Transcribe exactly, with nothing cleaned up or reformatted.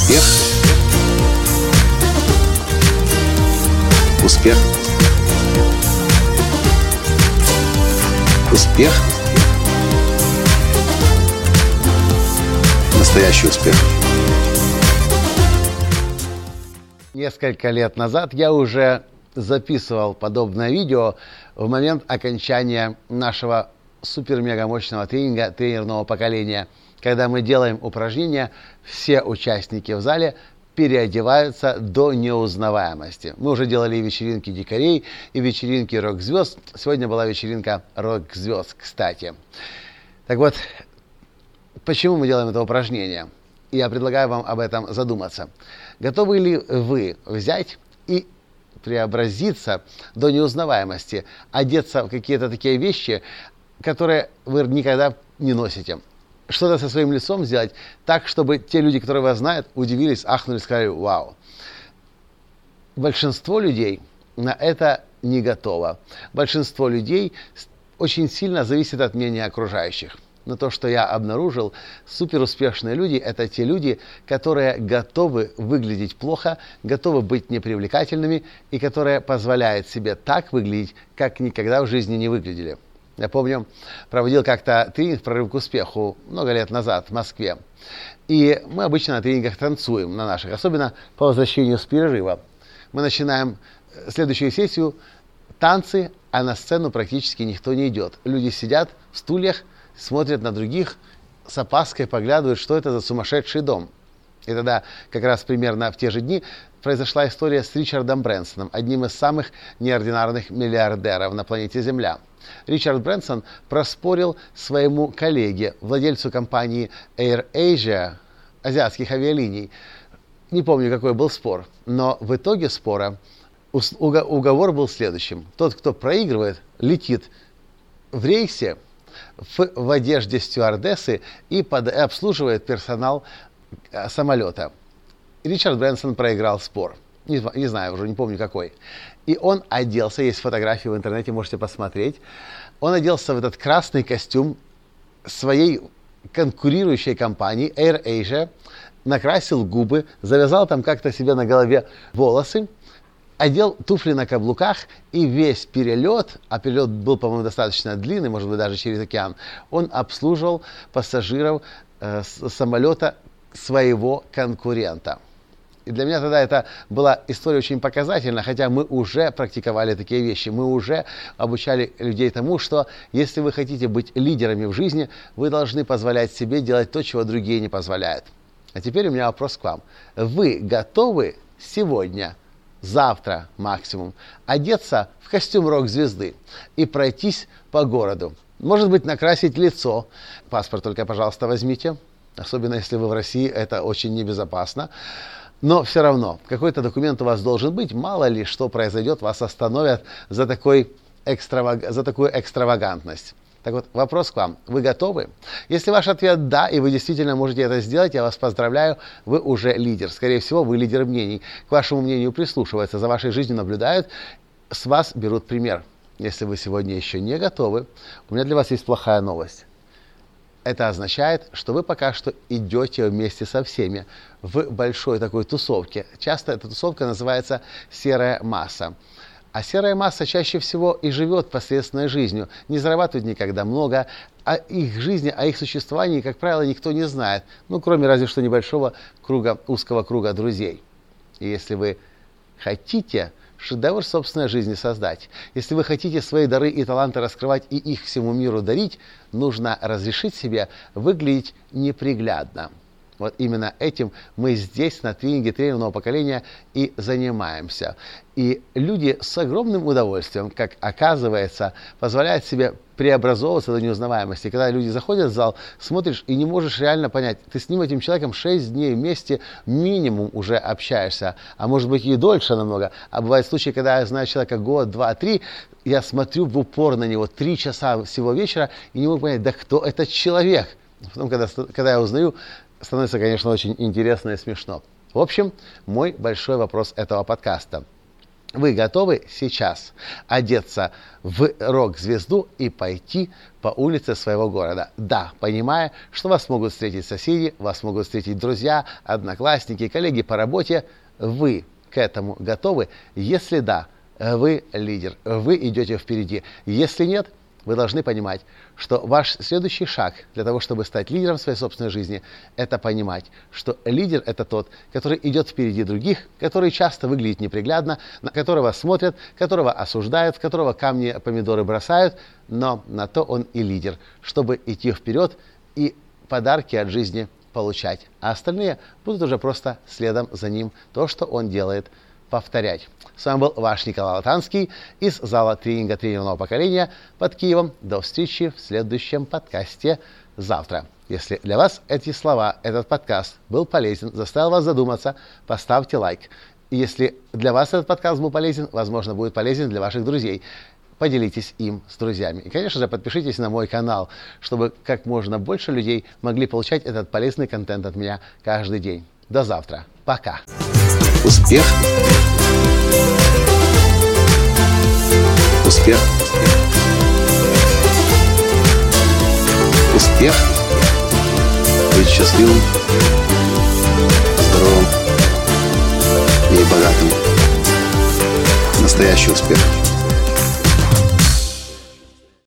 Успех. Успех. Успех. Настоящий успех. Несколько лет назад я уже записывал подобное видео в момент окончания нашего супер-мега-мощного тренинга тренерного поколения. Когда мы делаем упражнения, все участники в зале переодеваются до неузнаваемости. Мы уже делали и вечеринки дикарей, и вечеринки рок-звезд. Сегодня была вечеринка рок-звезд, кстати. Так вот, почему мы делаем это упражнение? Я предлагаю вам об этом задуматься. Готовы ли вы взять и преобразиться до неузнаваемости, одеться в какие-то такие вещи, которые вы никогда не носите? Что-то со своим лицом сделать так, чтобы те люди, которые вас знают, удивились, ахнули, сказали «Вау». Большинство людей на это не готово. Большинство людей очень сильно зависит от мнения окружающих. Но то, что я обнаружил, суперуспешные люди – это те люди, которые готовы выглядеть плохо, готовы быть непривлекательными и которые позволяют себе так выглядеть, как никогда в жизни не выглядели. Я помню, проводил как-то тренинг «Прорыв к успеху» много лет назад в Москве. И мы обычно на тренингах танцуем, на наших, особенно по возвращению с перерыва. Мы начинаем следующую сессию танцы, а на сцену практически никто не идет. Люди сидят в стульях, смотрят на других, с опаской поглядывают, что это за сумасшедший дом. И тогда как раз примерно в те же дни произошла история с Ричардом Брэнсоном, одним из самых неординарных миллиардеров на планете Земля. Ричард Брэнсон проспорил своему коллеге, владельцу компании AirAsia, азиатских авиалиний. Не помню, какой был спор, но в итоге спора уговор был следующим. Тот, кто проигрывает, летит в рейсе в, в одежде стюардессы и под, обслуживает персонал самолета. Ричард Брэнсон проиграл спор. Не, не знаю, уже не помню какой. И он оделся, есть фотографии в интернете, можете посмотреть. Он оделся в этот красный костюм своей конкурирующей компании AirAsia, накрасил губы, завязал там как-то себе на голове волосы, одел туфли на каблуках, и весь перелет, а перелет был, по-моему, достаточно длинный, может быть, даже через океан, он обслуживал пассажиров э, самолета своего конкурента. И для меня тогда это была история очень показательна, хотя мы уже практиковали такие вещи, мы уже обучали людей тому, что если вы хотите быть лидерами в жизни, вы должны позволять себе делать то, чего другие не позволяют. А теперь у меня вопрос к вам. Вы готовы сегодня, завтра максимум, одеться в костюм рок-звезды и пройтись по городу? Может быть, накрасить лицо. Паспорт только, пожалуйста, возьмите. Особенно если вы в России, это очень небезопасно. Но все равно, какой-то документ у вас должен быть. Мало ли что произойдет, вас остановят за, такой экстраваг... за такую экстравагантность. Так вот, вопрос к вам. Вы готовы? Если ваш ответ «да», и вы действительно можете это сделать, я вас поздравляю, вы уже лидер. Скорее всего, вы лидер мнений. К вашему мнению прислушиваются, за вашей жизнью наблюдают, с вас берут пример. Если вы сегодня еще не готовы, у меня для вас есть плохая новость. Это означает, что вы пока что идете вместе со всеми в большой такой тусовке. Часто эта тусовка называется серая масса. А серая масса чаще всего и живет посредственной жизнью, не зарабатывает никогда много, а их жизни, о их существовании, как правило, никто не знает, ну, кроме разве что небольшого круга, узкого круга друзей. И если вы хотите шедевр собственной жизни создать, если вы хотите свои дары и таланты раскрывать и их всему миру дарить, нужно разрешить себе выглядеть неприглядно. Вот именно этим мы здесь, на тренинге тренерного поколения, и занимаемся. И люди с огромным удовольствием, как оказывается, позволяют себе преобразовываться до неузнаваемости. Когда люди заходят в зал, смотришь и не можешь реально понять, ты с ним, этим человеком, шесть дней вместе минимум уже общаешься, а может быть и дольше намного. А бывают случаи, когда я знаю человека год, два, три, я смотрю в упор на него три часа всего вечера и не могу понять, да кто этот человек. Потом, когда, когда я узнаю, становится, конечно, очень интересно и смешно. В общем, мой большой вопрос этого подкаста. Вы готовы сейчас одеться в рок-звезду и пойти по улице своего города? Да, понимая, что вас могут встретить соседи, вас могут встретить друзья, одноклассники, коллеги по работе. Вы к этому готовы? Если да, вы лидер, вы идете впереди. Если нет, вы должны понимать, что ваш следующий шаг для того, чтобы стать лидером в своей собственной жизни, это понимать, что лидер – это тот, который идет впереди других, который часто выглядит неприглядно, на которого смотрят, которого осуждают, в которого камни, помидоры бросают, но на то он и лидер, чтобы идти вперед и подарки от жизни получать. А остальные будут уже просто следом за ним то, что он делает, повторять. С вами был ваш Николай Латанский из зала тренинга «Тренер нового поколения» под Киевом. До встречи в следующем подкасте завтра. Если для вас эти слова, этот подкаст был полезен, заставил вас задуматься, поставьте лайк. И если для вас этот подкаст был полезен, возможно, будет полезен для ваших друзей. Поделитесь им с друзьями. И, конечно же, подпишитесь на мой канал, чтобы как можно больше людей могли получать этот полезный контент от меня каждый день. До завтра. Пока. Успех. Успех. Успех. Быть счастливым, здоровым и богатым. Настоящий успех.